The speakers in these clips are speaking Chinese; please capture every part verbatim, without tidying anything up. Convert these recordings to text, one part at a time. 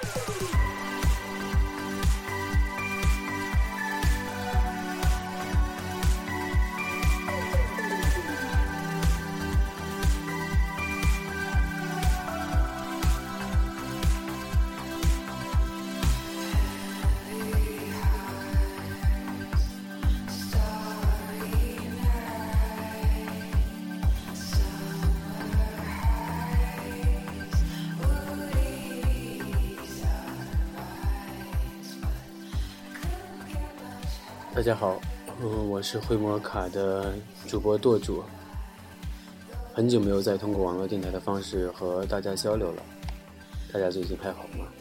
大家好，我是灰摩卡的主播舵主，很久没有再通过网络电台的方式和大家交流了，大家最近还好吗？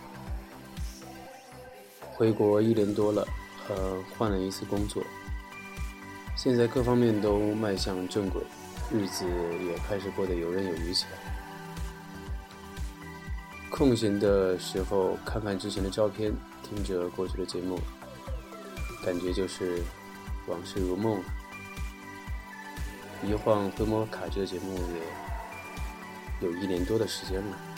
回国一年多了，呃，换了一次工作，现在各方面都迈向正轨，日子也开始过得游刃有余起来。空闲的时候看看之前的照片，听着过去的节目，感觉就是往事如梦。一晃灰摩卡这个节目也有一年多的时间了。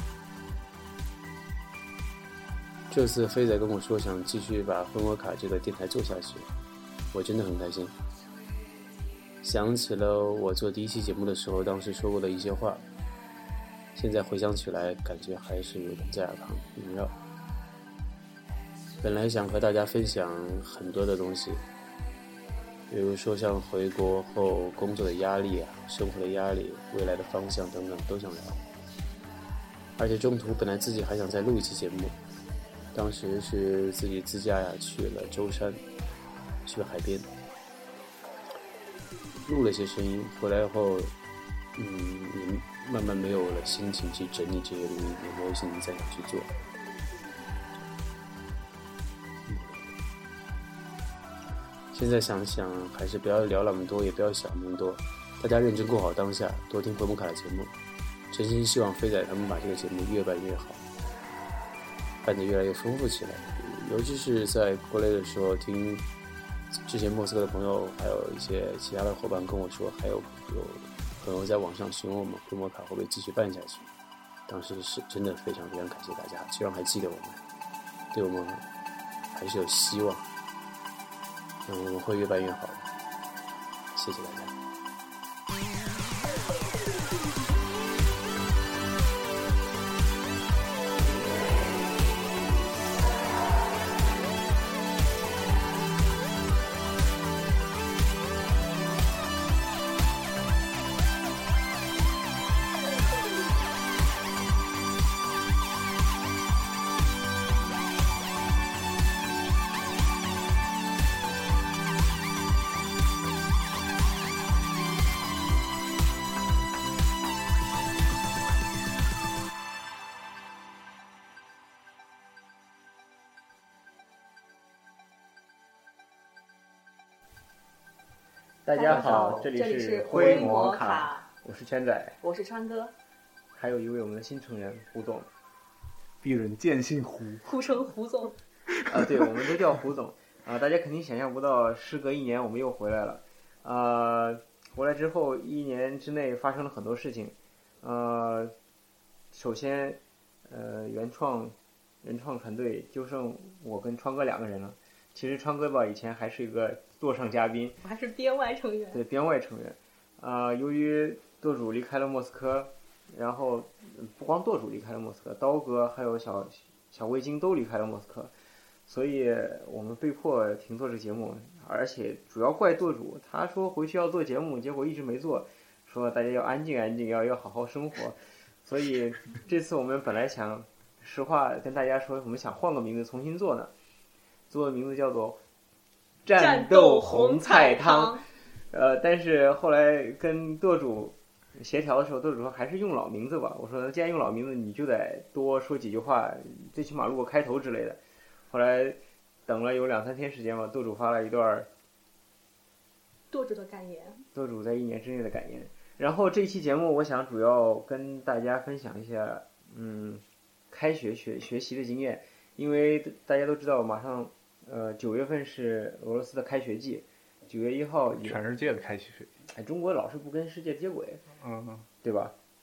这次飞仔跟我说想继续把灰摩卡这个电台做下去，我真的很开心。想起了我做第一期节目的时候当时说过的一些话，现在回想起来感觉还是有点在耳旁萦绕。本来想和大家分享很多的东西，比如说像回国后工作的压力啊、生活的压力、未来的方向等等都想聊。而且中途本来自己还想再录一期节目，当时是自己自驾呀去了舟山，去了海边，录了些声音，回来后，嗯，也慢慢没有了心情去整理这些录音，也没有心情再想去做。现在想想还是不要聊那么多，也不要想那么多，大家认真过好当下，多听回摩卡的节目，真心希望飞仔他们把这个节目越办越好，办得越来越丰富起来。尤其是在国内的时候，听之前莫斯科的朋友还有一些其他的伙伴跟我说，还有有朋友在网上询问我们回摩卡会不会继续办下去，当时是真的非常非常感谢大家，居然还记得我们，对我们还是有希望。嗯，我们会越办越好的，谢谢大家。 大家好，这里是灰摩卡，我是圈仔， 我是川哥， 还有一位我们的新成员胡总， 鄙人见姓胡， 呼称胡总。 啊，对，我们都叫胡总啊。大家肯定想象不到，时隔一年我们又回来了。啊，回来之后一年之内发生了很多事情。呃，首先，呃，原创原创团队就剩我跟川哥两个人了。其实川哥吧，以前还是一个座上嘉宾， 我还是编外成员。 对，编外成员。啊、呃，由于舵主离开了莫斯科，然后不光舵主离开了莫斯科，刀哥还有小小味精都离开了莫斯科，所以我们被迫停做这节目。而且主要怪舵主，他说回去要做节目，结果一直没做，说大家要安静安静，要要好好生活。所以这次我们本来想实话跟大家说，我们想换个名字重新做呢。做的名字叫做战斗红菜汤，呃，但是后来跟舵主协调的时候，舵主说还是用老名字吧。我说既然用老名字，你就得多说几句话，最起码录个开头之类的。后来等了有两三天时间吧，舵主发了一段舵主的感言， 舵主在一年之内的感言。然后这期节目，我想主要跟大家分享一下，嗯，开学学学习的经验，因为大家都知道马上。呃，九月份是俄罗斯的开学季，九月一号全世界的开学。 哎，中国老是不跟世界接轨， 嗯， 对吧？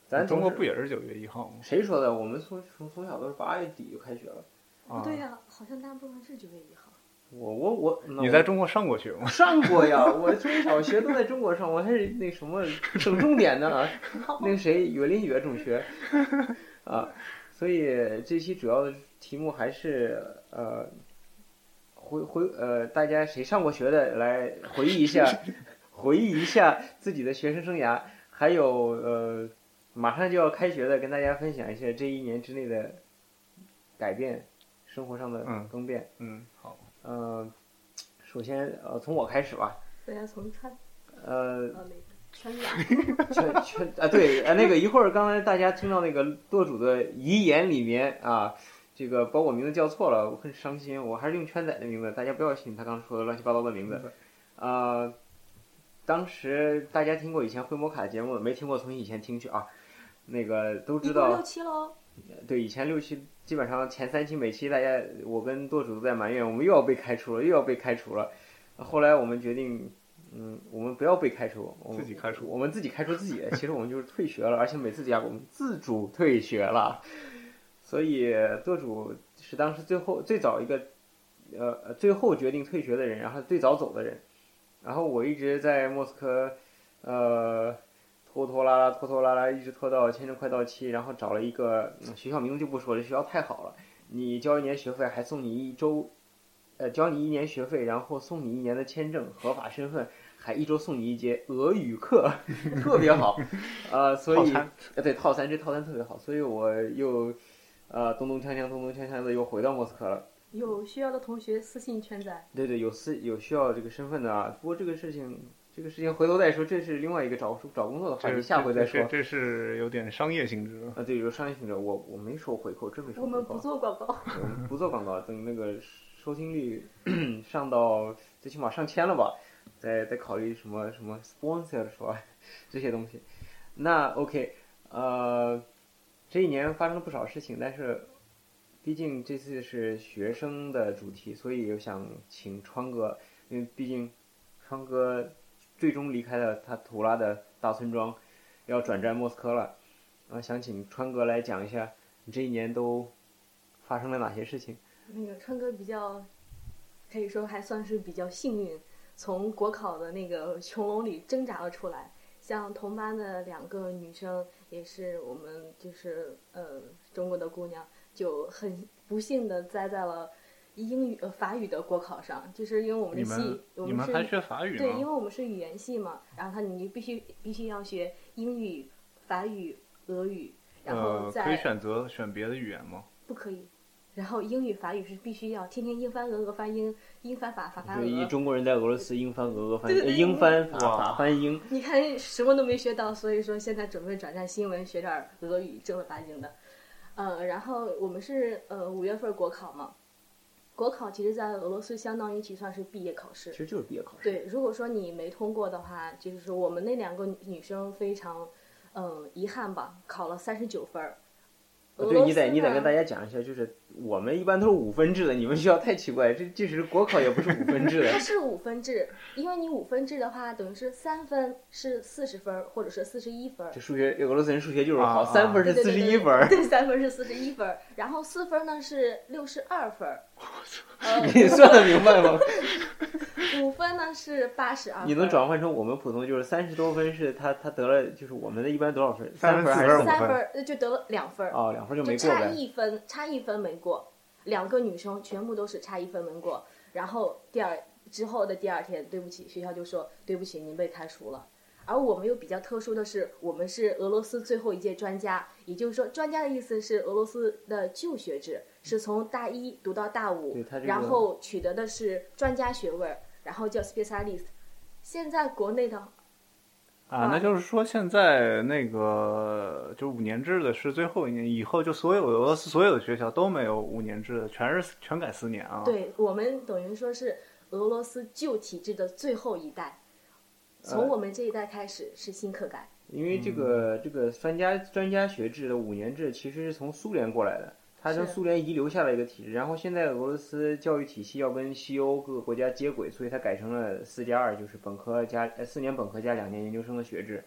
咱中国总是不也是九月一号吗？ 谁说的？我们从从从小都是八月底就开学了。 啊， 对呀、好像大部分是九月一号。 我我我，那我你在中国上过学吗？ 上过呀？我从小学都在中国上，我还是那什么省重点的啊，那个谁园林学中学啊，所以这期主要的题目还是呃回回呃大家谁上过学的来回忆一下，回忆一下自己的学生生涯，还有呃马上就要开学的，跟大家分享一下这一年之内的改变，生活上的嗯更变。 嗯，好。 呃，首先呃从我开始吧， 大家从川呃。 呃那个川雅， 圈圈啊，对，啊，那个一会儿刚才大家听到那个舵主的遗言里面啊，这个把我名字叫错了，我很伤心，我还是用圈仔的名字，大家不要信他刚说的乱七八糟的名字。啊，当时大家听过以前灰摩卡节目，没听过从以前听去啊，那个都知道一共六，期喽。 对，以前六期基本上前三期每期大家我跟舵主都在埋怨，我们又要被开除了，又要被开除了。后来我们决定。嗯，我们不要被开除，我们自己开除我们自己开除自己。其实我们就是退学了，而且每次讲我们自主退学了。所以舵主是当时最后最早一个，呃，最后决定退学的人，然后最早走的人。然后我一直在莫斯科，呃，拖拖拉拉拖拖拉拉，一直拖到签证快到期，然后找了一个、嗯、学校名字就不说了，学校太好了，你交一年学费还送你一周。呃，交你一年学费，然后送你一年的签证，合法身份，还一周送你一节俄语课，特别好。呃，所以呃对套餐这套餐特别好，所以我又呃咚咚锵锵咚咚锵锵的又回到莫斯科了。 有需要的同学私信圈仔。 对对，有私有需要这个身份的啊。不过这个事情，这个事情回头再说，这是另外一个找找工作的话题，下回再说。 这这是有点商业性质的。 啊，对，有商业性质，我我没收回扣，真没收回扣。 我们不做广告。 我们不做广告，等那个收听率上到最起码上千了吧，再再考虑什么什么 sponsor 是吧？这些东西。那 OK， 呃，这一年发生了不少事情，但是毕竟这次是学生的主题，所以我想请川哥，因为毕竟川哥最终离开了他图拉的大村庄，要转战莫斯科了。啊，想请川哥来讲一下你这一年都发生了哪些事情。 那个川哥比较，可以说还算是比较幸运，从国考的那个穹窿里挣扎了出来。像同班的两个女生，也是我们就是呃中国的姑娘，就很不幸的栽在了英语呃法语的国考上，就是因为我们的系， 你们我们是你们还学法语吗？ 对，因为我们是语言系嘛，然后他你必须必须要学英语、法语、俄语，然后呃， 再、 可以选择选别的语言吗？ 不可以。然后英语、法语是必须要天天英翻俄，俄翻英，英翻法，法翻对， 俄。 中国人在俄罗斯英翻俄，俄翻对对对英翻法， 哇法翻英。 你看什么都没学到，所以说现在准备转战新闻，学点俄语，正儿八经的。呃，然后我们是呃五月份国考嘛，国考其实在俄罗斯相当于其实算是毕业考试其。实就是毕业考试。 对，如果说你没通过的话，就是说我们那两个女生非常，嗯、遗憾吧，考了三十九分儿。俄对， 罗斯你得你得呢跟大家讲一下，就是我们一般都是五分制的，你们学校太奇怪，这即使是国考也不是五分制的它。是五分制，因为你五分制的话，等于是三分是四十分儿，或者是四十一分儿这。数学俄罗斯人数学就是好， 啊三分是四对对对对十一分儿。 对，三分是四十一分儿，然后四分呢是六十二分儿，呃， 你算得明白吗？ 五分呢是八十二。 你能转换成我们普通就是三十多分是他他得了就是我们的一般多少分？ 三分还是四分四分五三分儿呃就得了两分儿， 哦，两分就就没过呗。 差一分，差一分没过。两个女生全部都是差一分没过，然后第二之后的第二天，对不起，学校就说对不起，您被开除了。而我们又比较特殊的是，我们是俄罗斯最后一届专家，也就是说，专家的意思是俄罗斯的就学制，是从大一读到大五对他这，个然后取得的是专家学位，然后叫 specialist。现在国内的啊，那就是说现在那个就五年制的是最后一年，以后就所有俄罗斯所有的学校都没有五年制的，全是全改四年啊。 对我们等于说是俄罗斯旧体制的最后一代，从我们这一代开始是新课改。 因为这个这个专家专家学制的五年制其实是从苏联过来的，它从是苏联遗留下来一个体制，然后现在俄罗斯教育体系要跟西欧各个国家接轨，所以它改成了四加二，就是本科加呃四年本科加两年研究生的学制。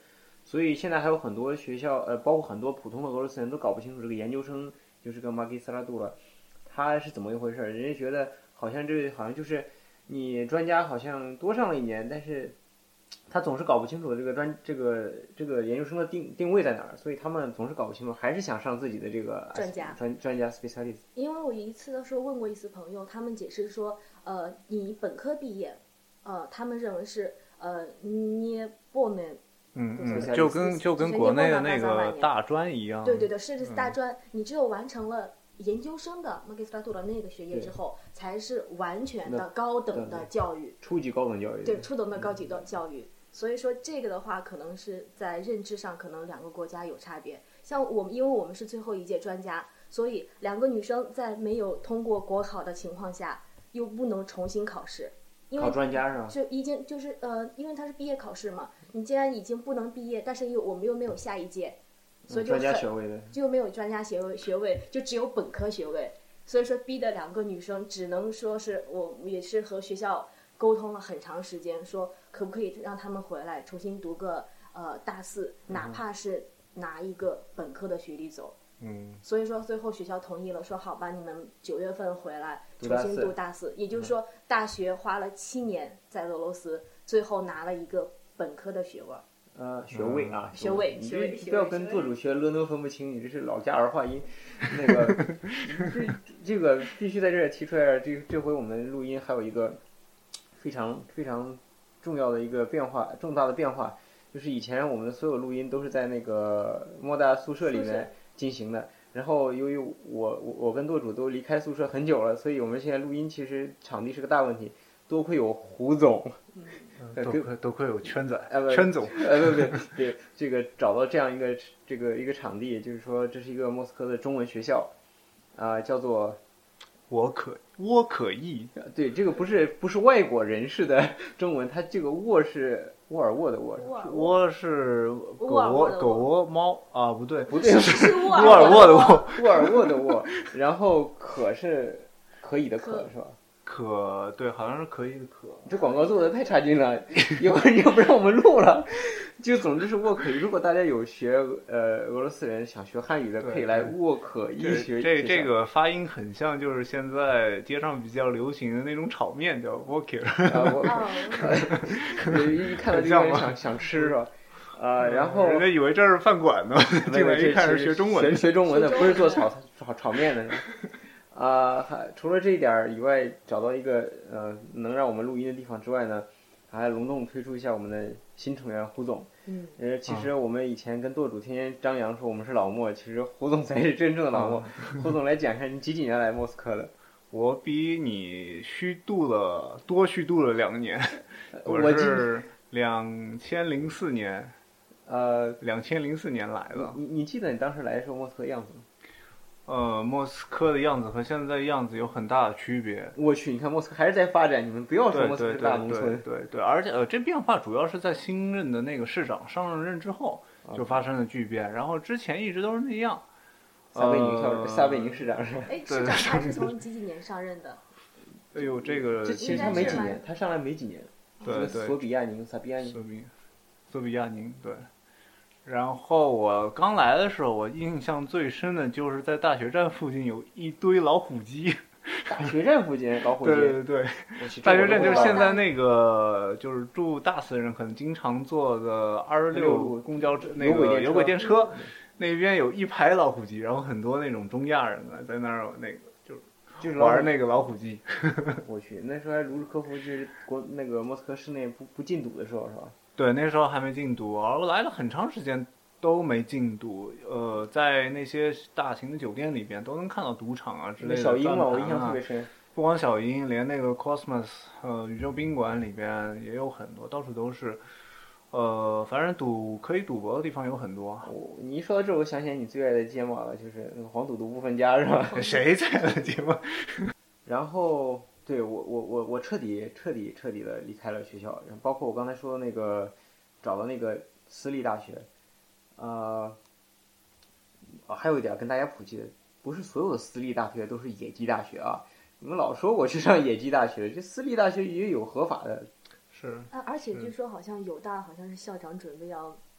所以现在还有很多学校，呃，包括很多普通的俄罗斯人都搞不清楚这个研究生就是个 magistratura， 他是怎么一回事儿。人家觉得好像这好像就是你专家好像多上了一年，但是他总是搞不清楚这个专这个这个研究生的定定位在哪儿，所以他们总是搞不清楚，还是想上自己的这个专家专专家 specialist。 因为我一次的时候问过一次朋友，他们解释说，呃，你本科毕业，呃，他们认为是呃，你不能。 嗯嗯， 就跟就跟国内的那个大专一样。 对对对，是是大专，嗯、你只有完成了研究生的 magistratura 那个学业之后，才是完全的高等的教育， 初级高等教育。 对，初等的高级的教育。所以说这个的话，可能是在认知上，可能两个国家有差别。像我们，因为我们是最后一届专家，所以两个女生在没有通过国考的情况下，又不能重新考试。因为考专家是吧？ 就已经就是呃，因为它是毕业考试嘛，你既然已经不能毕业，但是又我们又没有下一届，所以就专家学位的就没有专家学位学位，就只有本科学位。所以说逼的两个女生只能说是我也是和学校沟通了很长时间，说可不可以让他们回来重新读个呃大四，哪怕是拿一个本科的学历走。 嗯， 所以说最后学校同意了，说好吧，你们九月份回来重新读大四，也就是说大学花了七年在俄罗斯，最后拿了一个本科的学位。 呃，学位啊， 学位， 你学位， 不要跟做主学了能分不清，你这是老家儿化音。那个，这这个必须在这儿提出来。这这回我们录音还有一个非常非常重要的一个变化，重大的变化，就是以前我们的所有录音都是在那个莫大宿舍里面进行的。然后由于我我我跟舵主都离开宿舍很久了，所以我们现在录音其实场地是个大问题。多亏有胡总， 嗯、多亏多亏有圈仔， 呃、 圈总， 呃不不对，这个找到这样一个这个一个场地，就是说这是一个莫斯科的中文学校，啊、呃，叫做我可沃可意。 对，这个不是不是外国人士的中文，它这个沃是沃尔沃的沃， 沃是狗窝狗窝猫啊，不对不对， 是沃尔沃的沃， 沃尔沃的沃，然后可是可以的可是吧？ 可对，好像是可以的可。 这广告做的太差劲了，一会儿又不让我们录了。就总之是沃可意。如果大家有学呃俄罗斯人想学汉语的，可以来沃可意学。 这这个发音很像，就是现在街上比较流行的那种炒面，叫 Wokir。 啊，我一看到这个想想吃是吧？啊，然后人家以为这是饭馆呢，进来一看是学中文的， 学学中文的，不是做炒炒炒面的是吧？啊，还除了这一点以外，找到一个呃能让我们录音的地方之外呢，还隆重推出一下我们的新成员胡总。 嗯， 呃，其实我们以前跟舵主天天张扬说我们是老莫，其实胡总才是真正的老莫。嗯、胡总来讲一下，你几几年来莫斯科的？ 我比你虚度了多虚度了两年，我是两千零四年， 呃， 两千零四年来的。 你你记得你当时来的时候莫斯科样子吗？ 呃，莫斯科的样子和现在的样子有很大的区别。 我去，你看莫斯科还是在发展，你们不要说莫斯科是大农村。 对对 对, 对, 对，而且呃，这变化主要是在新任的那个市长上任之后就发生了巨变，然后之前一直都是那样。 萨贝宁校、呃、萨贝宁市长是吧？ 哎，市长他是从几几年上任的？ 哎呦，这个这其实他没几年，他上来没几年。 对对， 索比亚宁，萨比亚宁， 索比索比亚宁，对。然后我刚来的时候，我印象最深的就是在大学站附近有一堆老虎机。 大学站附近老虎机？ 对对对，大学站就是现在那个就是住大四的人可能经常坐的二十六公交那个有轨电车，那边有一排老虎机，然后很多那种中亚人啊在那儿那个就是就是玩那个老虎机。 我去，那时候还卢日科夫就是国那个莫斯科市内不不禁堵的时候是吧？ 对，那时候还没禁堵，而我来了很长时间都没禁堵。呃，在那些大型的酒店里边都能看到赌场啊之类的。 小鹰嘛，我印象特别深。 不光小鹰，连那个 Cosmos 呃宇宙宾馆里边也有很多，到处都是。呃，反正赌可以赌博的地方有很多。 我你一说到这，我想起你最爱的节目了，就是那个黄赌毒不分家是吧？ 谁最爱的节目？ 然后。对我我我我彻底彻底彻底的离开了学校，包括我刚才说的那个找的那个私立大学，呃，还有一点跟大家普及的，不是所有的私立大学都是野鸡大学啊！你们老说我去上野鸡大学，这私立大学也有合法的。 是。 啊，而且据说好像有大好像是校长准备要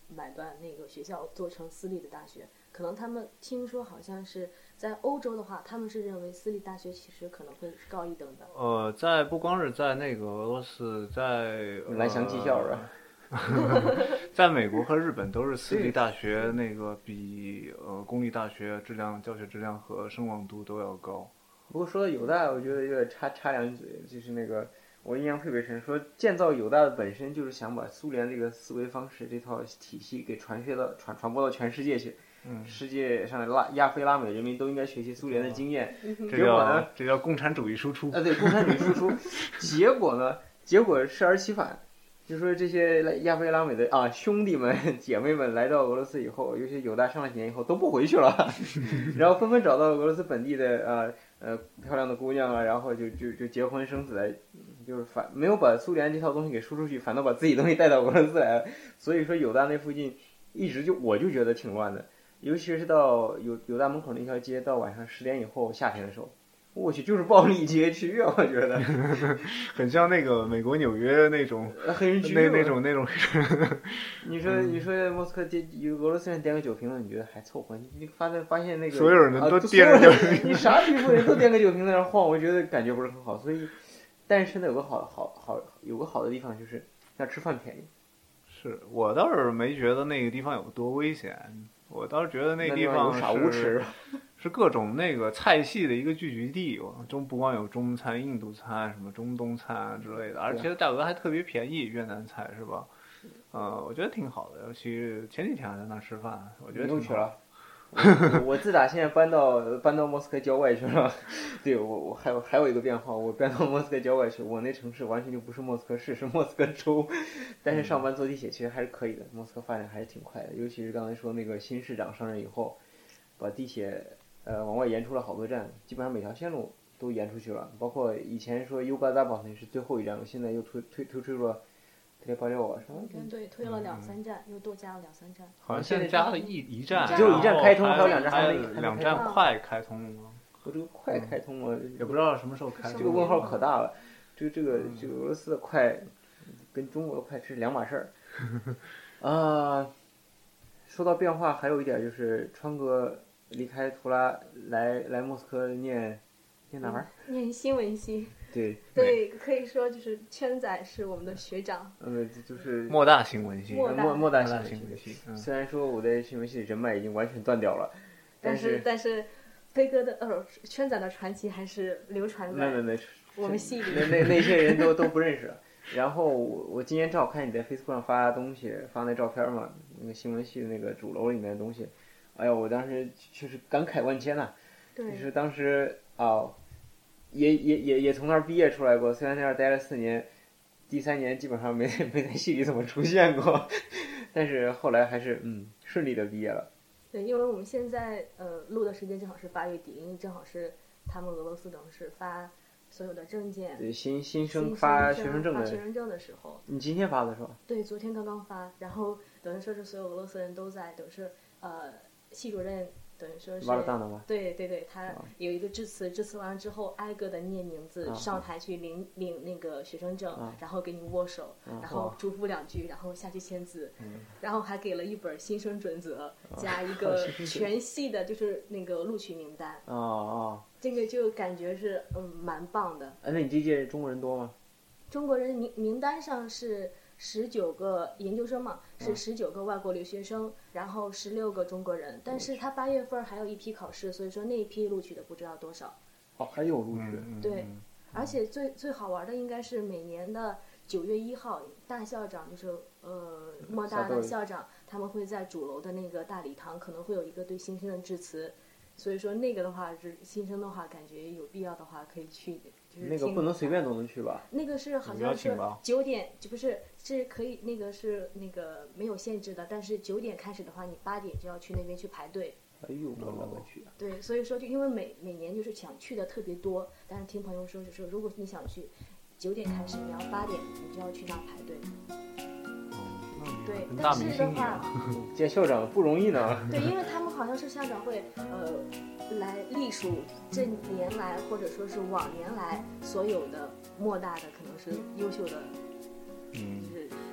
买断那个学校做成私立的大学。可能他们听说好像是在欧洲的话，他们是认为私立大学其实可能会高一等的。 呃，在不光是在那个俄罗斯，在蓝翔技校是吧？ 在美国和日本都是私立大学那个比呃公立大学质量、教学质量和声望度都要高。 不过说到友大，我觉得有点插插两嘴，就是那个我印象特别深，说建造友大的本身就是想把苏联这个思维方式、这套体系给传学到传传播到全世界去。 嗯， 世界上的拉亚非拉美人民都应该学习苏联的经验。 嗯、 结果呢， 这叫共产主义输出。 啊，对，共产主义输出。结果呢，结果适而其反，就说这些亚非拉美的啊兄弟们、姐妹们来到俄罗斯以后，尤其友大上了几年以后都不回去了，然后纷纷找到俄罗斯本地的啊呃漂亮的姑娘啊，然后就就就结婚生子来，就是反没有把苏联这套东西给输出去，反倒把自己东西带到俄罗斯来了。所以说友大那附近一直就我就觉得挺乱的。尤其是到友友大门口那条街，到晚上十点以后，夏天的时候，我去就是暴力街区啊！我觉得很像那个美国纽约那种黑人区那那种那种。 你说你说莫斯科街有俄罗斯人点个酒瓶子，你觉得还凑合？你发现发现那个所有人都点个酒瓶子， 你啥地方人都点个酒瓶子在那晃，我觉得感觉不是很好。所以，但是呢，有个好好好有个好的地方就是那吃饭便宜。 是我倒是没觉得那个地方有多危险。我倒是觉得那个地方是是各种那个菜系的一个聚集地，中不光有中餐、印度餐、什么中东餐之类的，而且价格还特别便宜，越南菜是吧？呃，我觉得挺好的，尤其前几天还在那吃饭，我觉得挺好的。 我, 我自打现在搬到搬到莫斯科郊外去了，对我我还有还有一个变化，我搬到莫斯科郊外去，我那城市完全就不是莫斯科市，是莫斯科州，但是上班坐地铁其实还是可以的，莫斯科发展还是挺快的，尤其是刚才说那个新市长上任以后，把地铁呃往外延出了好多站，基本上每条线路都延出去了，包括以前说尤嘎达堡那是最后一站，现在又推推推出了。特别六啊，是吧？ 对，推了两三站，嗯、又多加了两三站。 好像现在加了一一站， 只有一站开通，还有两站还没两站快开通了。 我这个快开通了， 也不知道什么时候开。 这个问号可大了，这个这个这个俄罗斯的快，跟中国的快是两码事儿。啊，说到变化，还有一点就是川哥离开图拉来来莫斯科念念哪玩意儿？ 念新闻系。 对对，可以说就是圈仔是我们的学长。 嗯，就是莫大新闻系， 莫莫莫大新闻系。 嗯、虽然说我在新闻系人脉已经完全断掉了， 但是但是飞哥的呃圈仔的传奇还是流传在我们系里。 那那那些人都都不认识。然后我我今天正好看你在 Facebook 上发东西，发那照片嘛，那个新闻系的那个主楼里面的东西，哎呀，我当时确实感慨万千呐、啊。 对。 就是当时啊。哦也也也也从那儿毕业出来过，虽然在那儿待了四年，第三年基本上没没在系里怎么出现过，但是后来还是嗯顺利的毕业了。 对，因为我们现在呃录的时间正好是八月底，因为正好是他们俄罗斯等于是发所有的证件， 对新新生发学生证的发学生证的时候。 你今天发的是吧？ 对，昨天刚刚发，然后等于说是所有俄罗斯人都在，等于是呃系主任。等于说是对对对，他有一个致辞，致辞完了之后挨个的念名字， 啊、 上台去领领那个学生证， 啊、 然后给你握手， 啊、 然后嘱咐两句，然后下去签字， 嗯、 然后还给了一本新生准则，啊、加一个全系的就是那个录取名单。 哦哦， 这个就感觉是嗯蛮棒的。 哎，那你这届中国人多吗？ 中国人名名单上是。十九个研究生嘛，是十九个外国留学生，嗯、然后十六个中国人。但是他八月份还有一批考试，所以说那一批录取的不知道多少。 哦，还有录取。 嗯、 对，嗯、而且最最好玩的应该是每年的九月一号，大校长就是呃莫大的校长，他们会在主楼的那个大礼堂可能会有一个对新生的致辞。所以说那个的话是新生的话，感觉有必要的话可以去。就是、 那个不能随便都能去吧？ 那个是好像是九点，就不是是可以，那个是那个没有限制的，但是九点开始的话，你八点就要去那边去排队。 哎呦，我勒个去！ 对，所以说就因为每每年就是想去的特别多，但是听朋友说就是如果你想去，九点开始，你要八点你就要去那排队。对，但是的话， 见校长不容易呢。 对，因为他们好像是校长会呃来隶属这年来或者说是往年来所有的莫大的可能是优秀的， 嗯， 就是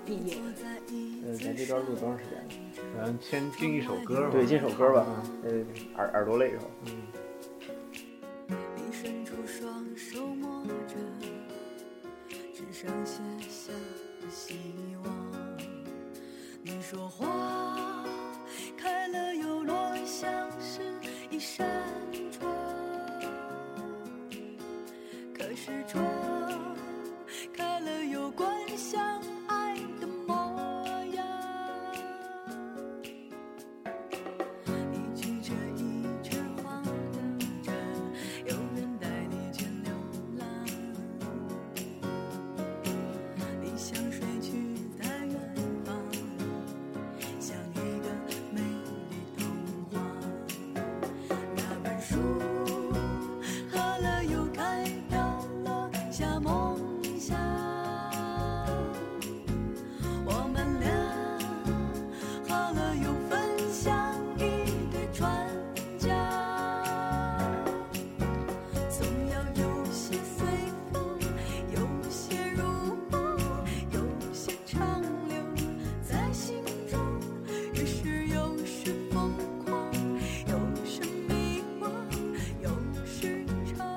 毕业的。 嗯，咱这段录多长时间了？ 咱先进一首歌吧。 对，进首歌吧。呃，耳耳朵累是吧？ 嗯。 你伸出双手摸着纸上写下的希望，你说花开了又落，像是一扇窗，可是窗开了又关，像爱的模样。你举着一枝花等着有人带你去流浪，你像水去在远方，像一个美丽童话。那本书喝了又开，飘落下梦想。我们俩喝了又分享一对船桨，总要有些随风，有些如梦，有些长留在心中。于是有时疯狂，有时迷惘，有时长。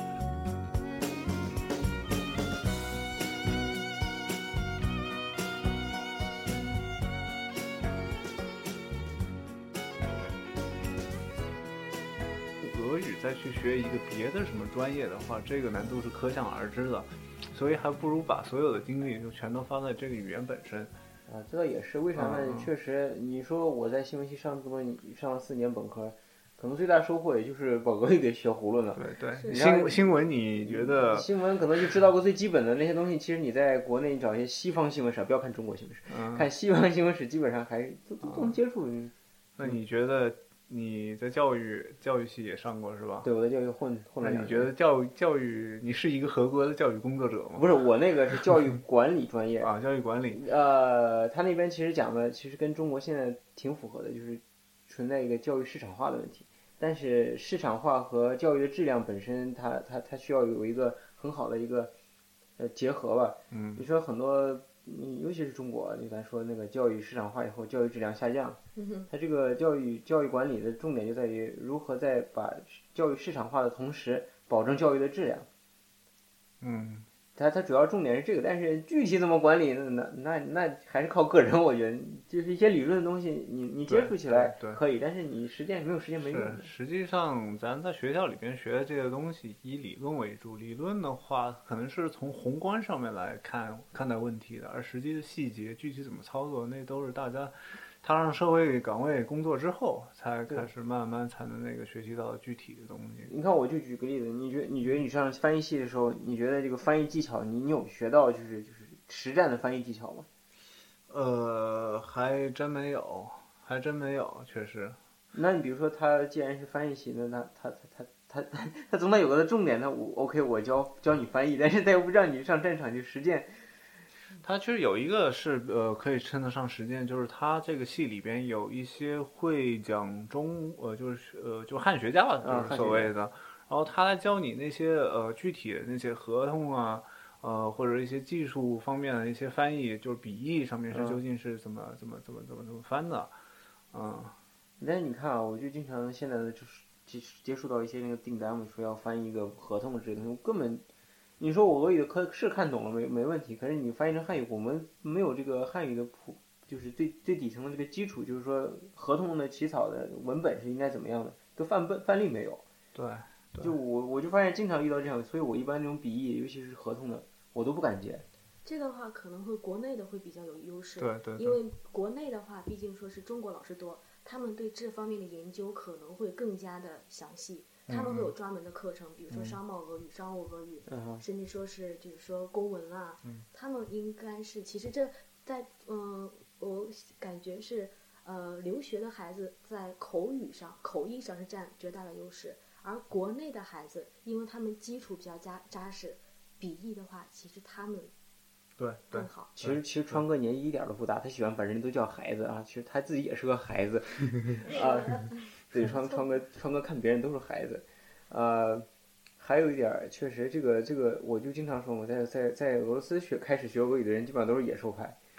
俄语再去学一个别的什么专业的话，这个难度是可想而知的，所以还不如把所有的精力就全都放在这个语言本身。 啊，这倒也是，为啥呢？ 嗯确实，你说我在新闻系上这么上了四年本科，可能最大收获也就是把俄语给学葫芦了。 对对， 是新新闻你觉得？ 新闻可能就知道个最基本的那些东西，其实你在国内找一些西方新闻史，不要看中国新闻史， 嗯， 看西方新闻史基本上还都都都能接触。 那你觉得你在教育教育系也上过是吧？ 对，我在教育混混了两年。 那你觉得教育教育你是一个合格的教育工作者吗？ 不是，我那个是教育管理专业啊，教育管理。 呃，他那边其实讲的其实跟中国现在挺符合的，就是存在一个教育市场化的问题。但是市场化和教育的质量本身它，它它需要有一个很好的一个呃结合吧。 嗯。 你说很多，你尤其是中国，你咱说那个教育市场化以后，教育质量下降， 嗯它这个教育教育管理的重点就在于如何在把教育市场化的同时，保证教育的质量。 嗯。 它它主要重点是这个，但是具体怎么管理，那那那那还是靠个人。我觉得就是一些理论的东西，你你接触起来可以，但是你实践没有实践没用。 是，实际上咱在学校里边学的这些东西以理论为主，理论的话可能是从宏观上面来看看待问题的，而实际的细节具体怎么操作，那都是大家踏上社会岗位工作之后才开始慢慢才能那个学习到具体的东西。 你看，我就举个例子，你觉你觉得你上翻译系的时候，你觉得这个翻译技巧，你你有学到就是就是实战的翻译技巧吗？ 呃，还真没有，还真没有，确实。 那你比如说，他既然是翻译系，那他他他他他他总得有个重点，他我 OK， 我教教你翻译，但是他又不让你上战场去实践。 它其实有一个是呃可以称得上实践，就是它这个系里边有一些会讲中呃就是呃就汉学家吧，就是所谓的，然后他来教你那些呃具体的那些合同啊，呃或者一些技术方面的一些翻译，就是笔译上面是究竟是怎么、嗯、怎么怎么怎么怎么翻的，嗯。 但是你看啊，我就经常现在的就是接接触到一些那个订单嘛，说要翻译一个合同之类的东西，根本。你说我俄语的课是看懂了没没问题，可是你翻译成汉语，我们没有这个汉语的普，就是最最底层的这个基础，就是说合同的起草的文本是应该怎么样的，都范本范例没有。 对。对就我我就发现经常遇到这样，所以我一般这种笔译，尤其是合同的，我都不敢接。 这个的话可能会国内的会比较有优势， 对对对， 因为国内的话毕竟说是中国老师多，他们对这方面的研究可能会更加的详细。他们会有专门的课程，比如说商贸俄语、嗯、商务俄语、嗯，甚至说是就是说公文啊， 嗯、 他们应该是其实这在嗯、呃，我感觉是呃留学的孩子在口语上、口译上是占绝大的优势，而国内的孩子因为他们基础比较扎扎实，笔译的话其实他们对更好。 其实其实川哥年纪一点都不大，他喜欢把人都叫孩子啊，其实他自己也是个孩子啊。对，川川哥川哥看别人都是孩子，呃，还有一点确实这个这个我就经常说嘛，在在在俄罗斯学开始学俄语的人基本上都是野兽派，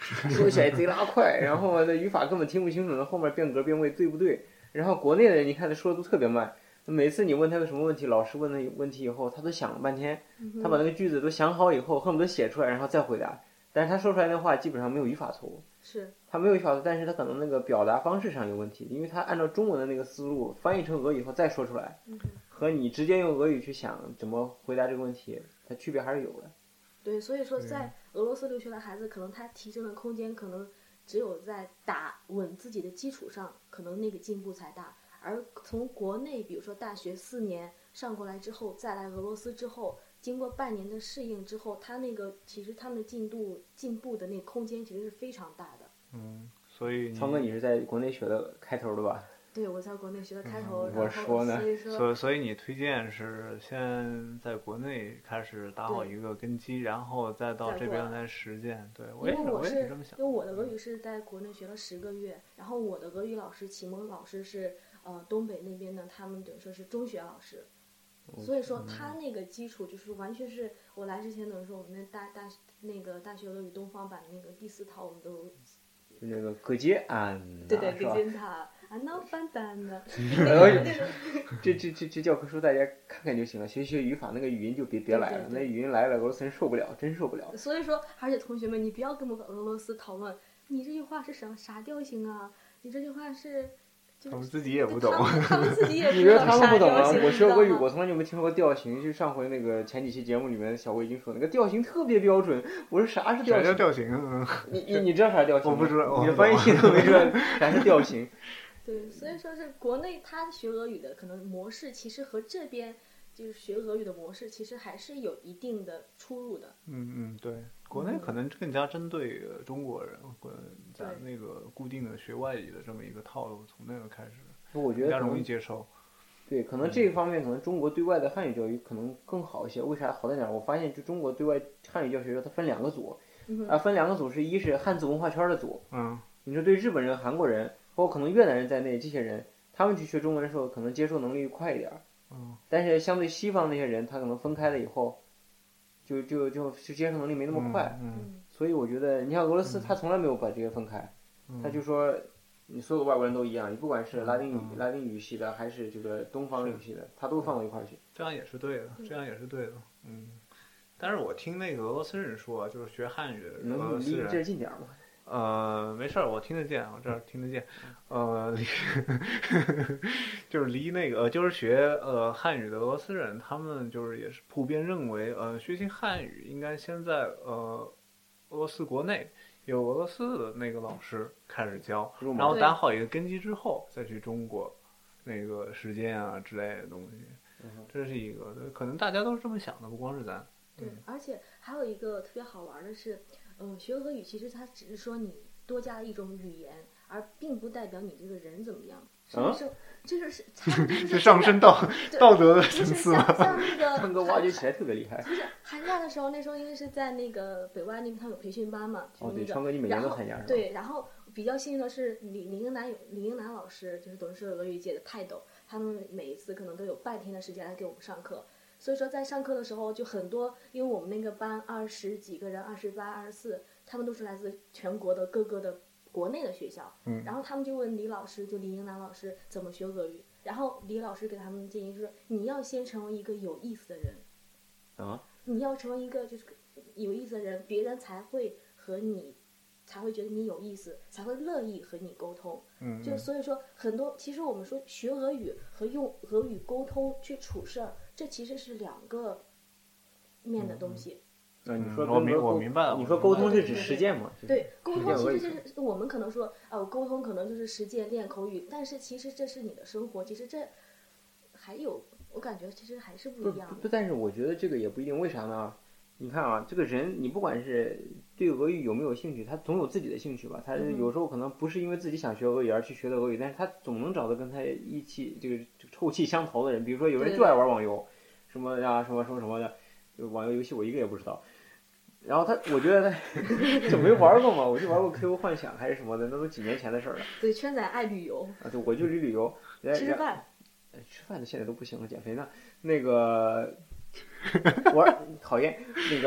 说起来贼拉快，然后那语法根本听不清楚，后面变格变位对不对？然后国内的人你看他说的都特别慢，每次你问他个什么问题，老师问的问题以后，他都想了半天，他把那个句子都想好以后，恨不得写出来然后再回答，但是他说出来的话基本上没有语法错误。 是他没有语法错误，但是他可能那个表达方式上有问题，因为他按照中文的那个思路翻译成俄语以后再说出来，和你直接用俄语去想怎么回答这个问题，它区别还是有的。 对，所以说在俄罗斯留学的孩子，可能他提升的空间可能只有在打稳自己的基础上，可能那个进步才大。而从国内，比如说大学四年上过来之后，再来俄罗斯之后，经过半年的适应之后，他那个其实他们的进度进步的那个空间其实是非常大的。 嗯，所以昌哥，你是在国内学的开头的吧？ 对，我在国内学的开头， 嗯、我说呢， 所以说， 所以所以你推荐是先在国内开始打好一个根基，然后再到这边来实践。对，我也因为我是这么想。 因为我的俄语是在国内学了十个月，然后我的俄语老师启蒙老师是呃东北那边的，他们等于说是中学老师，所以说他那个基础就是完全是我来之前等于说我们那大大那个大学俄语东方版的那个第四套我们都就那个葛杰安， 对对，葛杰塔。啊，闹翻蛋的！ 这这这这教科书大家看看就行了，学学语法，那个语音就别别来了，那语音来了，俄罗斯人受不了，真受不了。 所以说，而且同学们，你不要跟我们俄罗斯讨论，你这句话是什么啥调性啊？你这句话是，就是、 他们自己也不懂， 他们自己也不懂。 你觉得他们不懂啊？我学俄语，我从来就没听说过调型。就上回那个前几期节目里面，小薇已经说那个调型特别标准。我说啥是调型？ 啥叫调型？嗯、 你你你知道啥调型？ 我不知道， 你的翻译器都没知道啥是调型。 对，所以说是国内他学俄语的可能模式，其实和这边就是学俄语的模式，其实还是有一定的出入的。 嗯嗯，对，国内可能更加针对中国人，或者咱那个固定的学外语的这么一个套路，从那个开始， 我觉得比较容易接受。 对，可能这一方面，可能中国对外的汉语教育可能更好一些。为啥好在哪儿？我发现就中国对外汉语教学，它分两个组， 嗯、 啊，分两个组是一是汉字文化圈的组， 嗯， 你说对日本人、韩国人。包括可能越南人在内，这些人他们去学中文的时候，可能接受能力快一点， 嗯， 但是相对西方那些人，他可能分开了以后，就就就就接受能力没那么快， 嗯， 嗯所以我觉得，你看俄罗斯，他从来没有把这些分开， 嗯、 他就说，你所有的外国人都一样，你不管是拉丁语、嗯、拉丁语系的，还是这个东方语系的，他都放到一块儿去， 这样也是对的，这样也是对的，嗯。但是我听那个俄罗斯人说，就是学汉语的俄罗斯人， 离这近点吗？ 呃，没事儿，我听得见，我这儿听得见。呃，离就是离那个，就是学呃汉语的俄罗斯人，他们就是也是普遍认为，呃，学习汉语应该先在呃俄罗斯国内有俄罗斯的那个老师开始教，然后打好一个根基之后，再去中国那个实践啊之类的东西。这是一个，可能大家都是这么想的，不光是咱。 对，而且还有一个特别好玩的是。嗯，学俄语其实它只是说你多加了一种语言，而并不代表你这个人怎么样。 啊？ 这就是是上升到道德的层次吗？ 像那个唱歌挖掘起来特别厉害。 就是寒假的时候，那时候因为是在那个北外那边，他有培训班嘛，就是那个。 哦，对，唱歌你每年都参加是吧？ 对，然后比较幸运的是李林英南有林英南老师，就是等于是俄语界的泰斗，他们每一次可能都有半天的时间来给我们上课。所以说在上课的时候就很多，因为我们那个班二十几个人，二十八、二十四，他们都是来自全国的各个的国内的学校。 嗯。 然后他们就问李老师，就李英南老师怎么学俄语。然后李老师给他们建议是：你要先成为一个有意思的人。 啊。 你要成为一个就是有意思的人，别人才会和你，才会觉得你有意思，才会乐意和你沟通。 嗯。 就所以说很多，其实我们说学俄语和用俄语沟通去处事儿。这其实是两个面的东西。 嗯，你说我明我明白了。 你说沟通是指实践吗？ 对，沟通其实就是我们可能说，呃，沟通可能就是实践练口语，但是其实这是你的生活，其实这还有，我感觉其实还是不一样的。 不，但是我觉得这个也不一定，为啥呢？你看啊，这个人你不管是对俄语有没有兴趣，他总有自己的兴趣吧。他有时候可能不是因为自己想学俄语而去学的俄语，但是他总能找到跟他一起这个这个臭气相投的人。比如说有人就爱玩网游，什么呀什么什么什么的，网游游戏我一个也不知道。然后他，我觉得他就没玩过嘛，我就玩过 Q Q 幻想还是什么的，那都几年前的事儿了。 对，圈仔爱旅游啊，对，我就旅旅游， 吃饭， 吃饭的现在都不行了，减肥呢。那个玩讨厌那个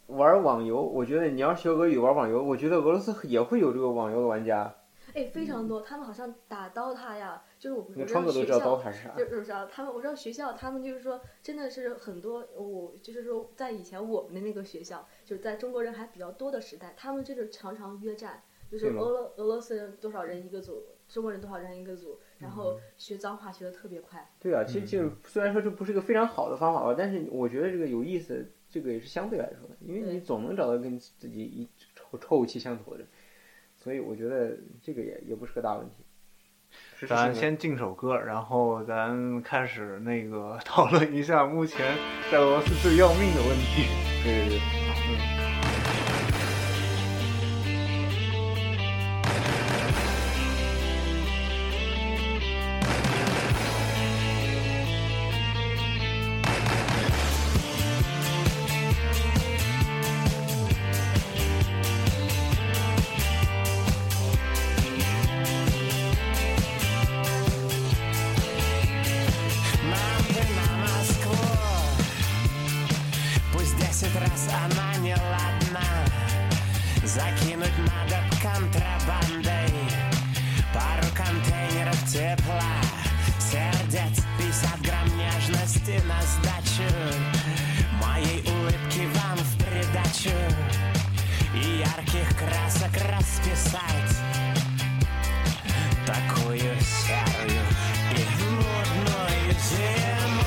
玩网游，我觉得你要学俄语玩网游，我觉得俄罗斯也会有这个网游的玩家。 哎，非常多，他们好像打刀塔呀，就是我不知道川哥都知道学校刀塔是啥， 就是知道他们，我知道学校他们就是说，真的是很多，我就是说，在以前我们的那个学校，就是在中国人还比较多的时代，他们就是常常约战，就是俄罗俄罗斯人多少人一个组，中国人多少人一个组，然后学脏话学的特别快。 对啊，其实就是虽然说这不是个非常好的方法吧，但是我觉得这个有意思，这个也是相对来说的，因为你总能找到跟自己一臭臭气相投的人。所以我觉得这个也也不是个大问题。 咱先进首歌，然后咱开始那个讨论一下目前在俄罗斯最要命的问题。 对对对， 嗯。 Закинуть надо контрабандой пару контейнеров тепла, сердец, пятьдесят грамм нежности на сдачу, моей улыбки вам в придачу и ярких красок расписать такую серую и нудную зиму.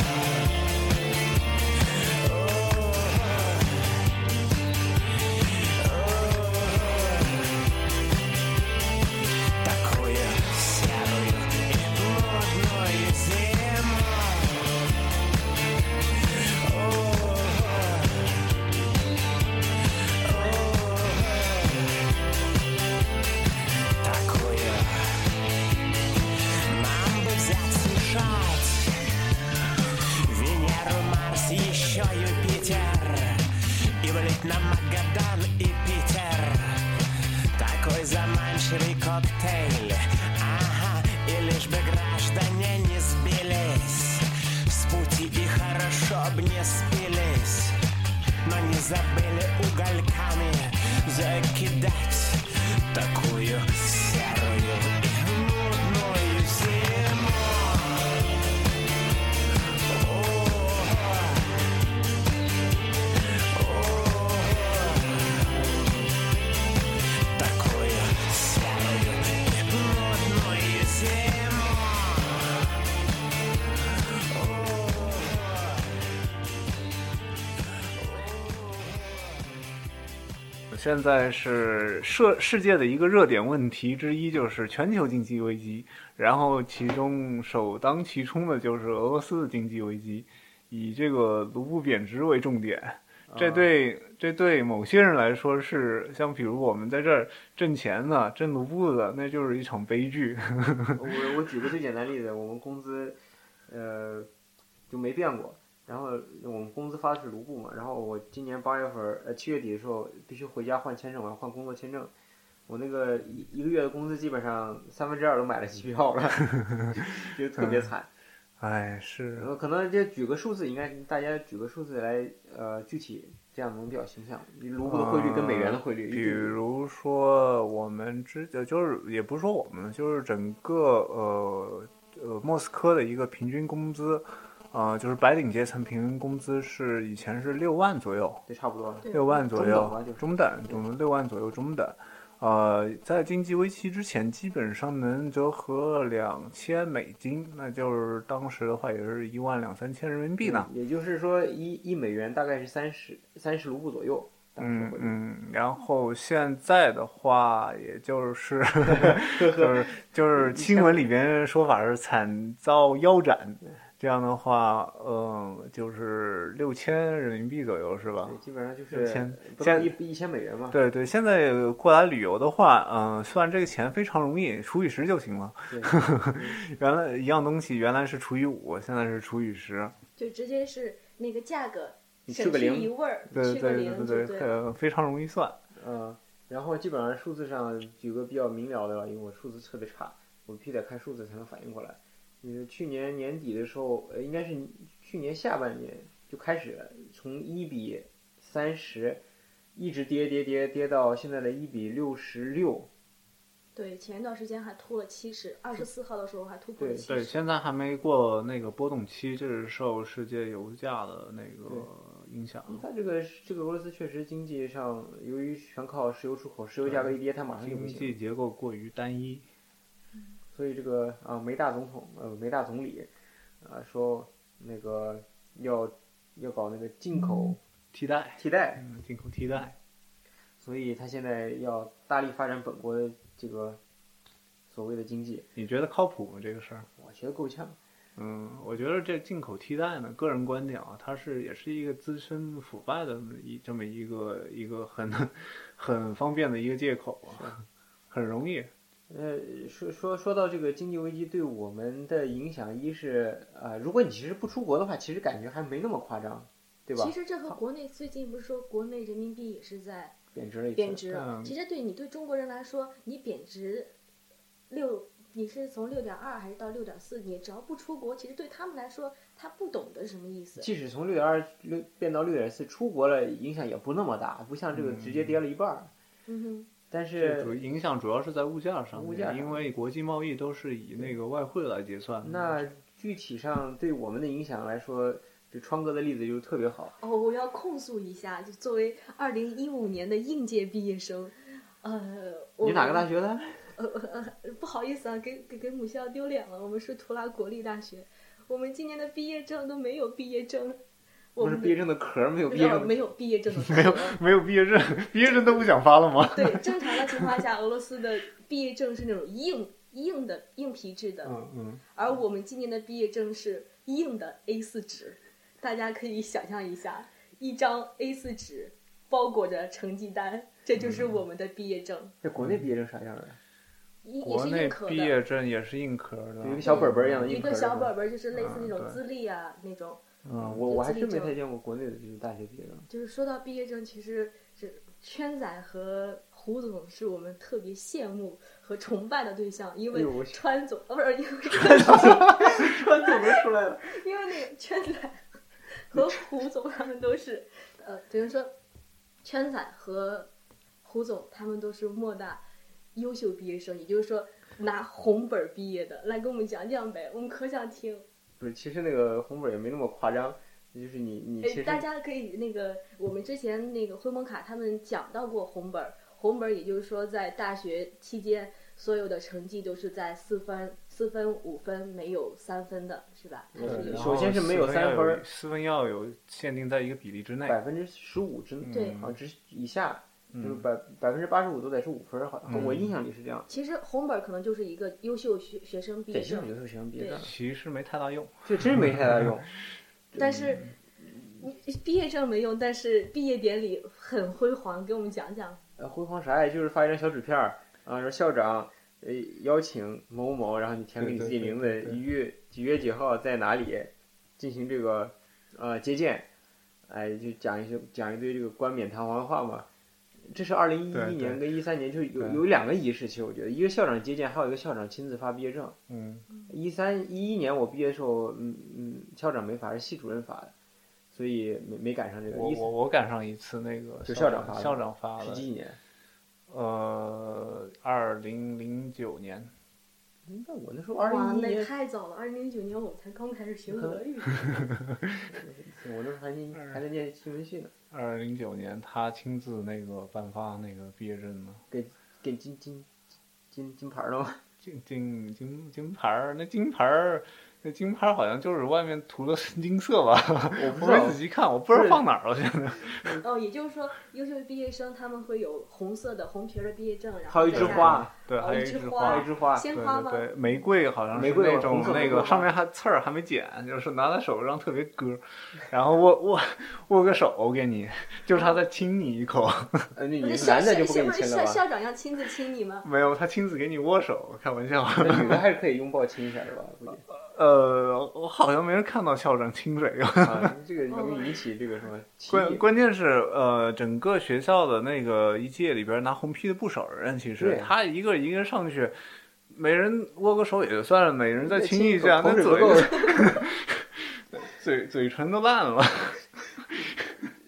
На Магадан и Питер такой заманчивый коктейль, ага, и лишь бы граждане не сбились с пути и хорошо б не спились, но не забыли угольками закидать такую серую и нудную зиму. 现在是世世界的一个热点问题之一，就是全球经济危机，然后其中首当其冲的就是俄罗斯的经济危机，以这个卢布贬值为重点。这对这对某些人来说是像比如我们在这儿挣钱的挣卢布的，那就是一场悲剧。 我我举个最简单例子，我们工资呃就没变过。然后我们工资发的是卢布嘛，然后我今年八月份呃七月底的时候必须回家换签证，我要换工作签证，我那个一一个月的工资基本上三分之二都买了机票了，就特别惨。 哎、嗯，是。 可能就举个数字，应该大家举个数字来呃具体这样能比较形象。卢布的汇率跟美元的汇率， 呃、比如说我们之就是也不是说我们，就是整个呃呃莫斯科的一个平均工资。呃，就是白领阶层平均工资是以前是六万左右， 对，差不多六万左右，中等， 中等，六万左右中等。呃，在经济危机之前，基本上能折合两千美金，那就是当时的话也是一万两三千人民币呢。 嗯、也就是说一，一一美元大概是三十三十卢布左右。 嗯嗯，然后现在的话，也就是就是就是新闻里边说法是惨遭腰斩。这样的话，嗯，就是六千人民币左右，是吧？ 对，基本上就是千， 不到一一千美元嘛。 对对，现在过来旅游的话，嗯，算这个钱非常容易，除以十就行了。 对原来一样东西原来是除以五，现在是除以十， 就直接是那个价格去个零， 一味儿， 对对对对对对，非常容易算。 嗯，然后基本上数字上举个比较明了的，因为我数字特别差，我必须得看数字才能反应过来。嗯，去年年底的时候，呃，应该是去年下半年就开始了，从一比三十，一直跌跌跌跌到现在的一比六十六。 对，前一段时间还突了七十，二十四号的时候还突破了七十。 对，现在还没过那个波动期，这是受世界油价的那个影响。 它这个这个俄罗斯确实经济上，由于全靠石油出口，石油价格一跌，它马上就不行。 经济结构过于单一， 所以这个啊，梅大总统呃，梅大总理啊说那个要要搞那个进口替代替代， 嗯，进口替代。 所以他现在要大力发展本国的这个所谓的经济。 你觉得靠谱吗？这个事儿？ 我觉得够呛。 嗯，我觉得这进口替代呢，个人观点啊，它是也是一个滋生腐败的一这么一个一个很很方便的一个借口啊，很容易。 呃，说说说到这个经济危机对我们的影响，一是啊、呃，如果你其实不出国的话，其实感觉还没那么夸张，对吧？ 其实这和国内最近不是说国内人民币也是在贬值了一次， 贬值。 嗯、 其实对你对中国人来说，你贬值六，你是从六点二还是到六点四？你只要不出国，其实对他们来说，他不懂得什么意思。 即使从六点二六变到六点四，出国了影响也不那么大，不像这个直接跌了一半。 嗯哼。 但是主影响主要是在物价上面， 物价因为国际贸易都是以那个外汇来结算的。 那具体上对我们的影响来说，这川哥的例子就特别好。 哦，我要控诉一下，就作为二零一五年的应届毕业生，呃， 你哪个大学的？ 呃呃呃，不好意思啊，给给给母校丢脸了。我们是图拉国立大学，我们今年的毕业证都没有毕业证。 不是毕业证的壳没有毕业证， 没有毕业证的壳， 没有没有毕业证，毕业证都不想发了吗？ 对，正常的情况下，俄罗斯的毕业证是那种硬硬的硬皮质的， 嗯嗯， 而我们今年的毕业证是硬的 A 四 纸，大家可以想象一下，一张 A 四 纸包裹着成绩单，这就是我们的毕业证。 这国内毕业证啥样的？ 国内毕业证也是硬壳的， 有一个小本本一样的硬壳， 一个小本本就是类似那种资历啊那种。 嗯，我我还真没太见过国内的这种大学毕业证。 就是说到毕业证，其实是圈仔和胡总是我们特别羡慕和崇拜的对象，因为川总，哦、不是因为川总， 川总都出来了， 因为那个圈仔和胡总他们都是，呃，等于说圈仔和胡总他们都是莫大优秀毕业生，也就是说拿红本毕业的，来给我们讲讲呗，我们可想听。 不是，其实那个红本也没那么夸张，就是你你其实大家可以那个我们之前那个灰蒙卡他们讲到过红本，红本也就是说在大学期间所有的成绩都是在四分四分五分没有三分的，是吧？它是有首先是没有三分， 四分要有限定在一个比例之内， 百分之十五之内， 对， 啊，之以下。就是百百分之八十五都得是五分，好像、 嗯、 我印象里是这样。 其实红本可能就是一个优秀学学生毕业证， 优秀学生毕业证， 其实没太大用， 这真没太大用。 但是你毕业证没用，但是毕业典礼很辉煌，给我们讲讲。 呃，辉煌啥呀？就是发一张小纸片儿啊，说校长呃邀请某某，然后你填给你自己名字，几月几月几号在哪里进行这个呃接见，哎，就讲一些讲一堆这个冠冕堂皇的话嘛。这是二零一一年跟一三年就有有两个仪式，其实我觉得一个校长接见，还有一个校长亲自发毕业证。 嗯， 一三一一年我毕业的时候，嗯嗯，校长没发，是系主任发的，所以没没赶上这个。 我我我赶上一次那个就校长发的， 校长发的是几几年？ 呃，二零零九年。 那我那时候二零一一年， 那太早了，二零零九年我们才刚开始学俄语。 我那时候还念还在念新闻系呢。 二零零九年，他亲自那个颁发那个毕业证呢， 给给金金金金牌了吗？ 金金金金牌，那金牌，那金牌好像就是外面涂的金色吧？ 我不没仔细看，我不知道放哪儿了现在。 哦，也就是说，优秀毕业生他们会有红色的红皮的毕业证，然后还有一枝花， 对，还有一枝花， 一枝花， 鲜花吗？ 对对，玫瑰好像是那种那个上面还刺儿还没剪，就是拿在手上特别割，然后握握握个手给你，就是他在亲你一口。 呃，那你男的就不给你亲了吧？ 校长要亲自亲你吗？ 没有，他亲自给你握手，开玩笑。 那女的还是可以拥抱亲一下的吧？ 呃，我好像没人看到校长亲谁啊，这个容易引起这个什么？ 关关键是呃，整个学校的那个一届里边拿红批的不少人，其实他一个一个上去，每人握个手也就算了，每人再亲一下，那嘴嘴嘴唇都烂了。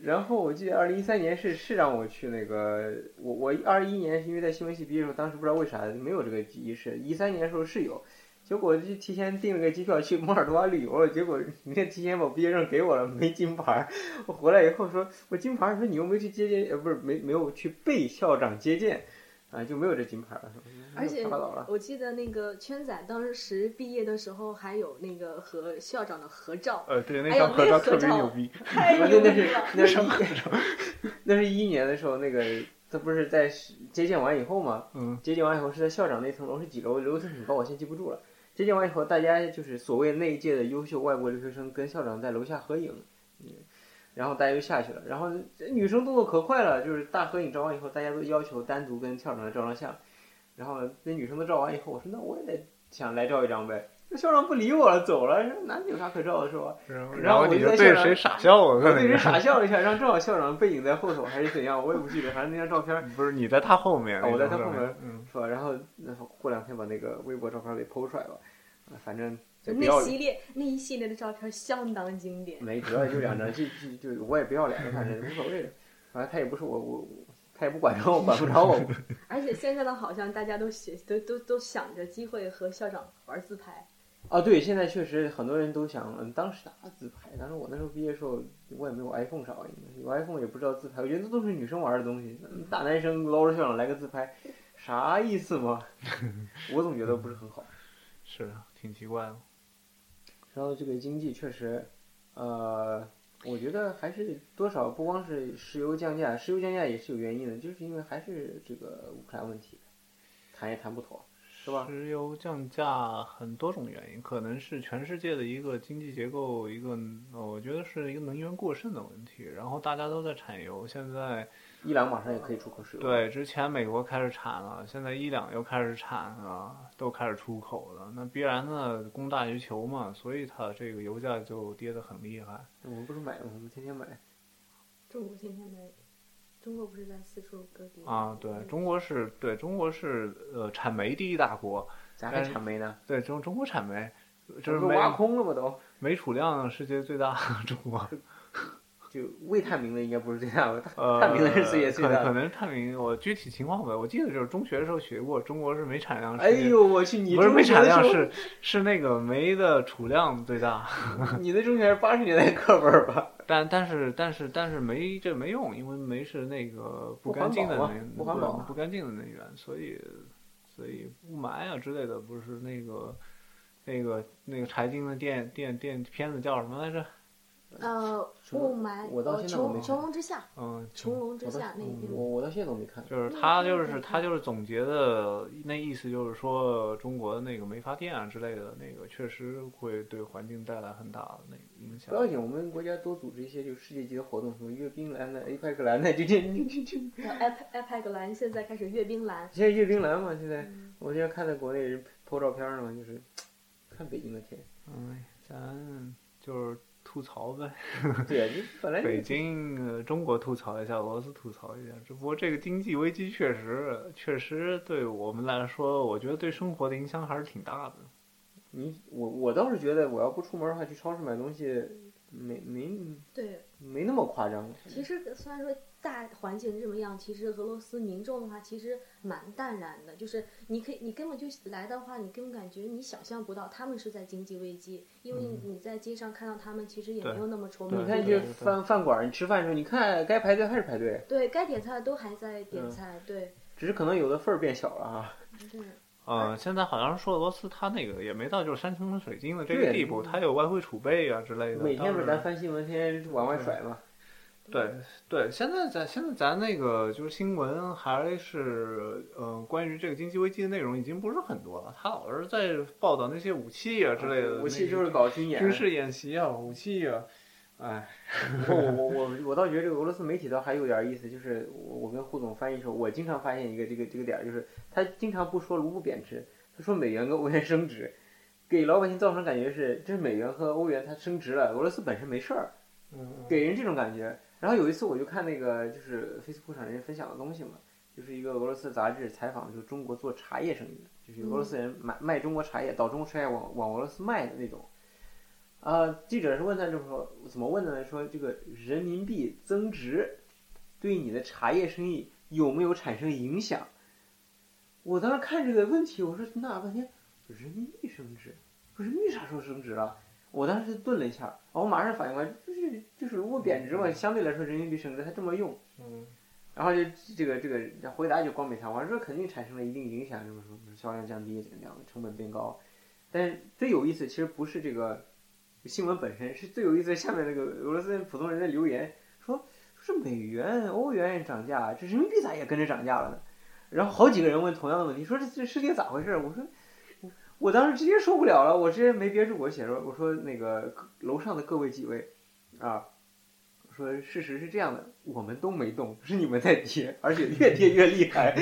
然后我记得二零一三年是是让我去那个，我我二一年是因为在新闻系毕业的时候，当时不知道为啥没有这个仪式，一三年的时候是有，结果就提前订了个机票去摩尔多瓦旅游了，结果人家提前把毕业证给我了，没金牌。我回来以后说，我金牌，说你又没去接见，呃，不是没没有去被校长接见，啊，就没有这金牌了。 而且我记得那个圈仔当时毕业的时候还有那个和校长的合照， 呃，对，那张合照特别牛逼， 太牛逼了。那是那是那是一一年的时候，那个他不是在接见完以后嘛， 嗯， 接见完以后是在校长那层楼是几楼，楼层很高，我现在记不住了。接见完以后，大家就是所谓那一届的优秀外国留学生跟校长在楼下合影，嗯，然后大家就下去了，然后女生动作可快了，就是大合影照完以后，大家都要求单独跟校长照张相，然后那女生都照完以后，我说那我也得想来照一张呗。那校长不理我了，走了，说哪有啥可照的是吧？ 然后你就对着谁傻笑，我对着傻笑了一下，让正好校长背影在后头还是怎样，我也不记得，反正那张照片不是你在他后面， 啊、我在他后面， 嗯， 是吧？然后那过两天把那个微博照片给剖出来了，反正那系列那一系列的照片相当经典。 没，主要就两张，就就就我也不要脸了，反正无所谓的，反正他也不是我我。他也不管着我，管不着我。 而且现在的好像大家都写都都都想着机会和校长玩自拍。 啊，对，现在确实很多人都想，嗯，当时打自拍。当时我那时候毕业的时候，我也没有 iPhone 啥玩意，有 iPhone 也不知道自拍。我觉得这都是女生玩的东西，大男生捞着校长来个自拍，啥意思嘛？我总觉得不是很好。 是的，挺奇怪的。 然后这个经济确实，呃。我觉得还是多少不光是石油降价，石油降价也是有原因的，就是因为还是这个乌克兰问题，谈也谈不妥，是吧？ 石油降价很多种原因，可能是全世界的一个经济结构，一个呃，我觉得是一个能源过剩的问题。然后大家都在产油，现在伊朗马上也可以出口石油。 对，之前美国开始产了，现在伊朗又开始产了，都开始出口了。那必然的供大于求嘛，所以它这个油价就跌得很厉害。 我们不是买吗？我们天天买。 中国天天买，中国不是在四处各地啊？对，中国是对中国是呃产煤第一大国。 咱还产煤呢？ 对，中中国产煤，就是煤挖空了吗？都煤储量世界最大，中国。 就未探明的应该不是最大的，探明的是世界最大的。 可可能探明，我具体情况吧，我记得就是中学的时候学过，中国是煤产量。 哎呦我去，你不是煤产量是是那个煤的储量最大。 你的中学是八十年代课本吧？ 但但是但是但是煤这没用，因为煤是那个不干净的能不环保， 不干净的能源，所以所以雾霾啊之类的，不是那个那个那个柴静的电电电片子叫什么来着？ 呃，雾霾， 我到现在都没看。 穹穹之下， 嗯， 穹隆之下那边，我我到现在都没看。 就是他就是他就是总结的那意思，就是说中国的那个煤发电啊之类的那个，确实会对环境带来很大的那个影响。 不要紧，我们国家多组织一些就世界级的活动，什么阅兵蓝的、A P E C 蓝的，就这这这。 A P E C 蓝现在开始阅兵蓝。 现在阅兵蓝嘛，现在、嗯、我现在看在国内人 po 照片呢嘛，就是看北京的天。 嗯，咱就是。吐槽呗， 对啊，你本来北京、呃、中国吐槽一下，俄罗斯吐槽一下。只不过这个经济危机确实确实对我们来说，我觉得对生活的影响还是挺大的。 你我我倒是觉得，我要不出门的话，去超市买东西，没没对， 没那么夸张。 其实虽然说大环境这么样，其实俄罗斯民众的话其实蛮淡然的，就是你可以你根本就来的话，你根本感觉你想象不到他们是在经济危机，因为你在街上看到他们其实也没有那么愁眉苦脸。 你看去饭饭馆，你吃饭的时候，你看该排队还是排队。 对该点菜都还在点菜，嗯、对。 只是可能有的份儿变小了啊。 对。 呃，现在好像说俄罗斯它那个也没到就是山穷水尽的这个地步，它有外汇储备啊之类的。 每天不是咱翻新闻，天天往外甩嘛。 对对，现在咱现在咱那个就是新闻还是呃关于这个经济危机的内容已经不是很多了，他老是在报道那些武器啊之类的。 武器就是搞军演、 军事演习啊，武器啊，哎。 不过我我我我倒觉得这个俄罗斯媒体倒还有点意思，就是我我跟胡总翻译的时候，我经常发现一个这个这个点，就是他经常不说卢布贬值，他说美元跟欧元升值，给老百姓造成感觉是这是美元和欧元它升值了，俄罗斯本身没事儿，给人这种感觉。然后有一次我就看那个就是 Facebook 上人分享的东西嘛，就是一个俄罗斯杂志采访就是中国做茶叶生意的，就是俄罗斯人买卖中国茶叶，倒中国茶叶往往俄罗斯卖的那种。 啊、呃，记者是问他就是说怎么问的呢？说这个人民币增值对你的茶叶生意有没有产生影响？我当时看这个问题，我说那半天，人民币升值，说人民币啥时候升值了？我当时顿了一下，我马上反应过来，就是就是如果贬值嘛，相对来说人民币升值，他这么用， 嗯， 然后就这个这个回答就冠冕堂皇，说肯定产生了一定影响，什么什么销量降低怎么样，成本变高。但是最有意思其实不是这个新闻本身，是最有意思下面那个俄罗斯普通人的留言说，说是美元、欧元涨价，这人民币咋也跟着涨价了呢？然后好几个人问同样的问题，说这这世界咋回事？我说。我当时直接受不了了，我直接没憋住，我写说，我说那个楼上的各位几位，啊，我说事实是这样的，我们都没动，是你们在跌，而且越跌越厉害。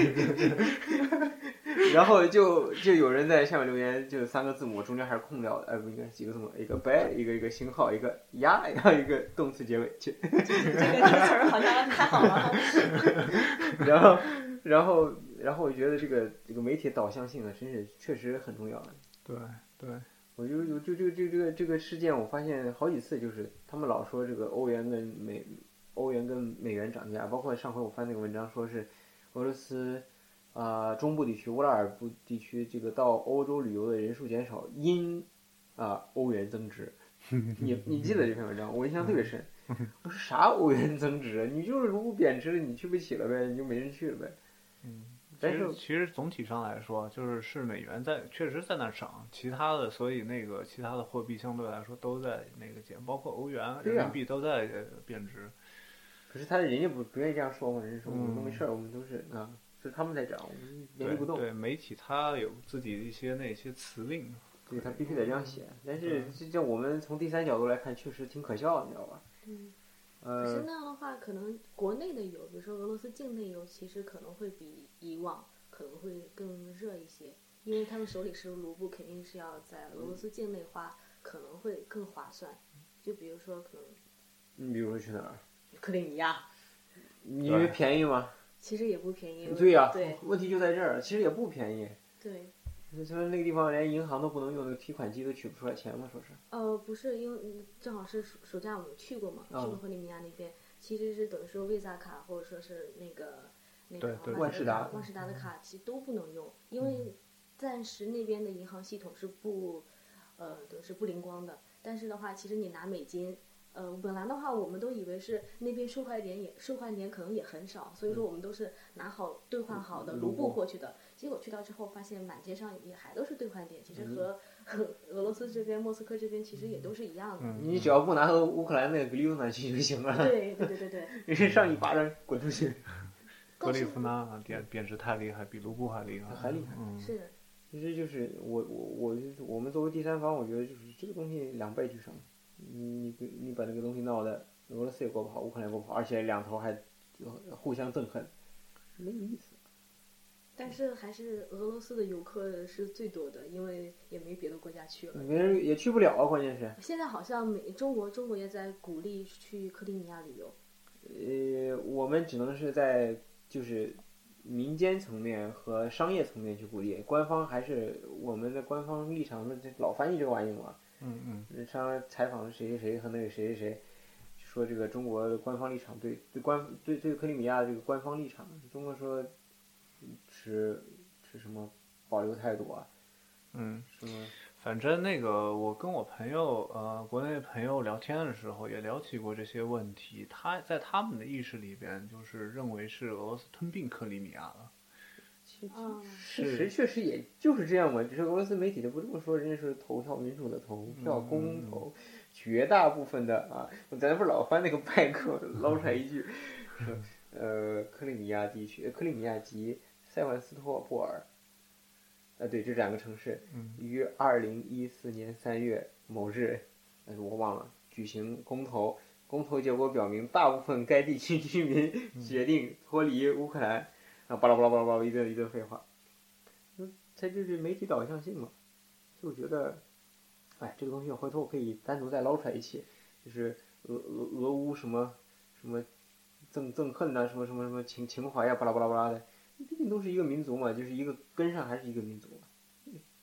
然后就就有人在下面留言，就三个字母中间还是空掉的，呃，不应该是几个字母，一个 by， 一个一个星号，一个呀，然后一个动词结尾。这个这个词儿好像太好了。 然后，然后。然后我觉得这个这个媒体导向性啊，真是确实很重要。 对对， 我就有就就就这个这个事件，我发现好几次就是他们老说这个欧元跟美欧元跟美元涨价，包括上回我翻那个文章说是俄罗斯啊、呃、中部地区乌拉尔部地区这个到欧洲旅游的人数减少，因啊、呃、欧元增值。你你记得这篇文章，我印象特别深。我说啥欧元增值啊？你就是卢布贬值了，你去不起了呗，你就没人去了呗。 嗯。其实其实总体上来说，就是是美元在确实在那涨，其他的所以那个其他的货币相对来说都在那个减，包括欧元、人民币都在贬值。 可是他人家不不愿意这样说嘛，人家说我们都没事儿、嗯，我们都是啊，是他们在涨，我们原地不动。 对, 对媒体他有自己的一些那些辞令， 对他必须得这样写。但是这这我们从第三角度来看，确实挺可笑，你知道吧？ 嗯。 呃， 可是那样的话，可能国内的油，比如说俄罗斯境内油，其实可能会比以往可能会更热一些，因为他们手里是卢布，肯定是要在俄罗斯境内花，可能会更划算。就比如说可能， 你比如说去哪儿？ 克里米亚。 因为便宜吗？ 其实也不便宜。 对呀、啊， 对， 问题就在这儿，其实也不便宜。 对。 他说那个地方连银行都不能用，那个提款机都取不出来钱嘛，说是。 呃，不是，因为正好是暑暑假我们去过嘛， 嗯、 去过克里米亚那边，其实是等于说 Visa 卡或者说是那个那个万事达万事达的卡，其实都不能用，因为暂时那边的银行系统是不，呃，都是不灵光的。但是的话，其实你拿美金。呃，本来的话，我们都以为是那边收换点也收换点可能也很少，所以说我们都是拿好兑换好的卢布过去的。结果去到之后，发现满街上也还都是兑换点，其实和、嗯、和俄罗斯这边、莫斯科这边其实也都是一样的。 嗯、你只要不拿乌克兰那个格里夫纳去就行了。 对对对对对。 人家上一巴掌滚出去。 格里夫纳贬贬值太厉害，比卢布还厉害。 还厉害。 嗯。 是。 其实就是我我我我们作为第三方，我觉得就是这个东西两败俱伤。你你你把那个东西闹得俄罗斯也过不好，乌克兰也过不好，而且两头还互相憎恨，没有意思。 但是还是俄罗斯的游客是最多的，因为也没别的国家去了。 别人也去不了啊，关键是。 现在好像美中国中国也在鼓励去克里米亚旅游。 呃，我们只能是在就是民间层面和商业层面去鼓励，官方还是我们的官方立场，老翻译这个玩意嘛。 嗯嗯， 上采访谁谁谁和那个谁谁谁，说这个中国的官方立场对对官对对克里米亚的这个官方立场，中国说持持什么保留态度啊？ 嗯， 什么？ 反正那个我跟我朋友呃国内朋友聊天的时候也聊起过这些问题，他在他们的意识里边就是认为是俄罗斯吞并克里米亚了。 事实确实也就是这样嘛，只是俄罗斯媒体的不这么说，人家是投票民主的投票公投， 嗯、 绝大部分的啊，咱不是老翻那个拜克捞出来一句，说呃克里米亚地区，克里米亚及塞万斯托波尔，啊对，这两个城市于二零一四年三月某日，但是我忘了举行公投，公投结果表明，大部分该地区居民决定脱离乌克兰。然后巴拉巴拉巴拉巴拉一顿一顿废话，嗯，它就是媒体导向性嘛，就觉得，哎，这个东西回头我可以单独再捞出来一期，就是俄俄俄乌什么什么憎憎恨呐、啊，什么什么什么情情怀呀、啊，巴拉巴拉巴拉的，毕竟都是一个民族嘛，就是一个根上还是一个民族嘛，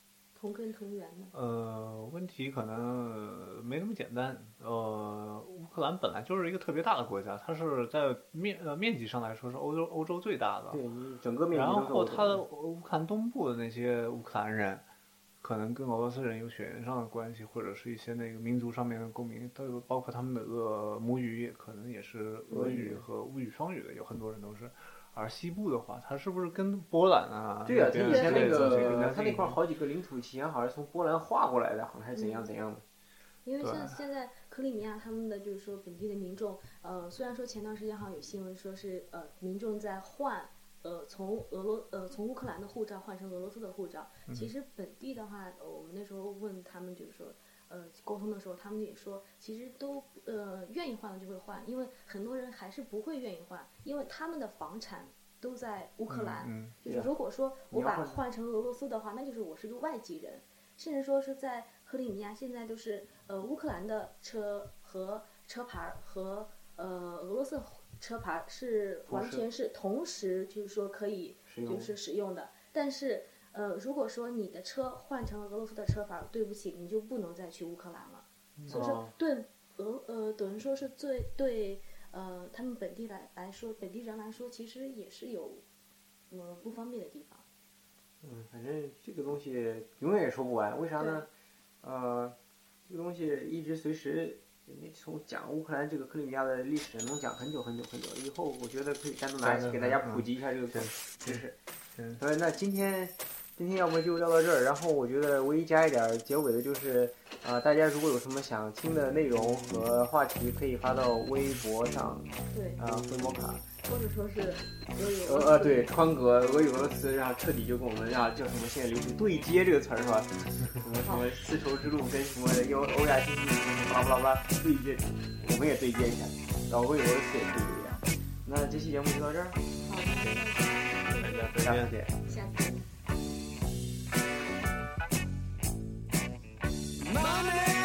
同根同源呢？ 呃，问题可能没那么简单。呃，乌克兰本来就是一个特别大的国家，它是在面呃面积上来说是欧洲欧洲最大的。 对，你整个面积然都是欧洲后它的乌克兰东部的那些乌克兰人，可能跟俄罗斯人有血缘上的关系，或者是一些那个民族上面的共鸣，都有包括他们的俄母语也可能也是俄语和乌语双语的，有很多人都是。而西部的话，它是不是跟波兰啊？ 对啊，他以前那个他那块儿好几个领土以前好像是从波兰划过来的，好像还是怎样怎样的。 因为像现在克里米亚他们的就是说本地的民众，呃，虽然说前段时间好像有新闻说是呃民众在换，呃从俄罗呃从乌克兰的护照换成俄罗斯的护照，其实本地的话，呃、我们那时候问他们就是说。呃，沟通的时候，他们也说，其实都呃愿意换的就会换，因为很多人还是不会愿意换，因为他们的房产都在乌克兰。 嗯嗯、 就是如果说我把换成俄罗斯的话，那就是我是个外籍人，甚至说是在克里米亚现在都是呃乌克兰的车和车牌和呃俄罗斯车牌是完全是同时就是说可以就是使用的，但是。呃，如果说你的车换成了俄罗斯的车牌，对不起，你就不能再去乌克兰了。嗯、所以说，对俄呃，等于说是最对呃他们本地来来说，本地人来说，其实也是有呃不方便的地方。 嗯，反正这个东西永远也说不完，为啥呢？呃，这个东西一直随时，你从讲乌克兰这个克里米亚的历史能讲很久很久很久，以后我觉得可以单独拿一起给大家普及一下这个知识。 嗯， 呃，那今天。今天要么就聊到这儿，然后我觉得唯一加一点结尾的就是，啊、呃，大家如果有什么想听的内容和话题，可以发到微博上， 对， 啊、呃，回摩卡， 或者说是俄语呃呃，对，川哥俄语俄罗斯，然后彻底就跟我们啊叫什么现在流行对接这个词儿是吧？什么什么丝绸之路跟什么欧欧亚经济什么巴拉巴拉巴拉对接，我们也对接一下，然后俄语俄罗斯也对接一下。那这期节目就到这儿， 好， 大家再下次见， 下次见。 Mommy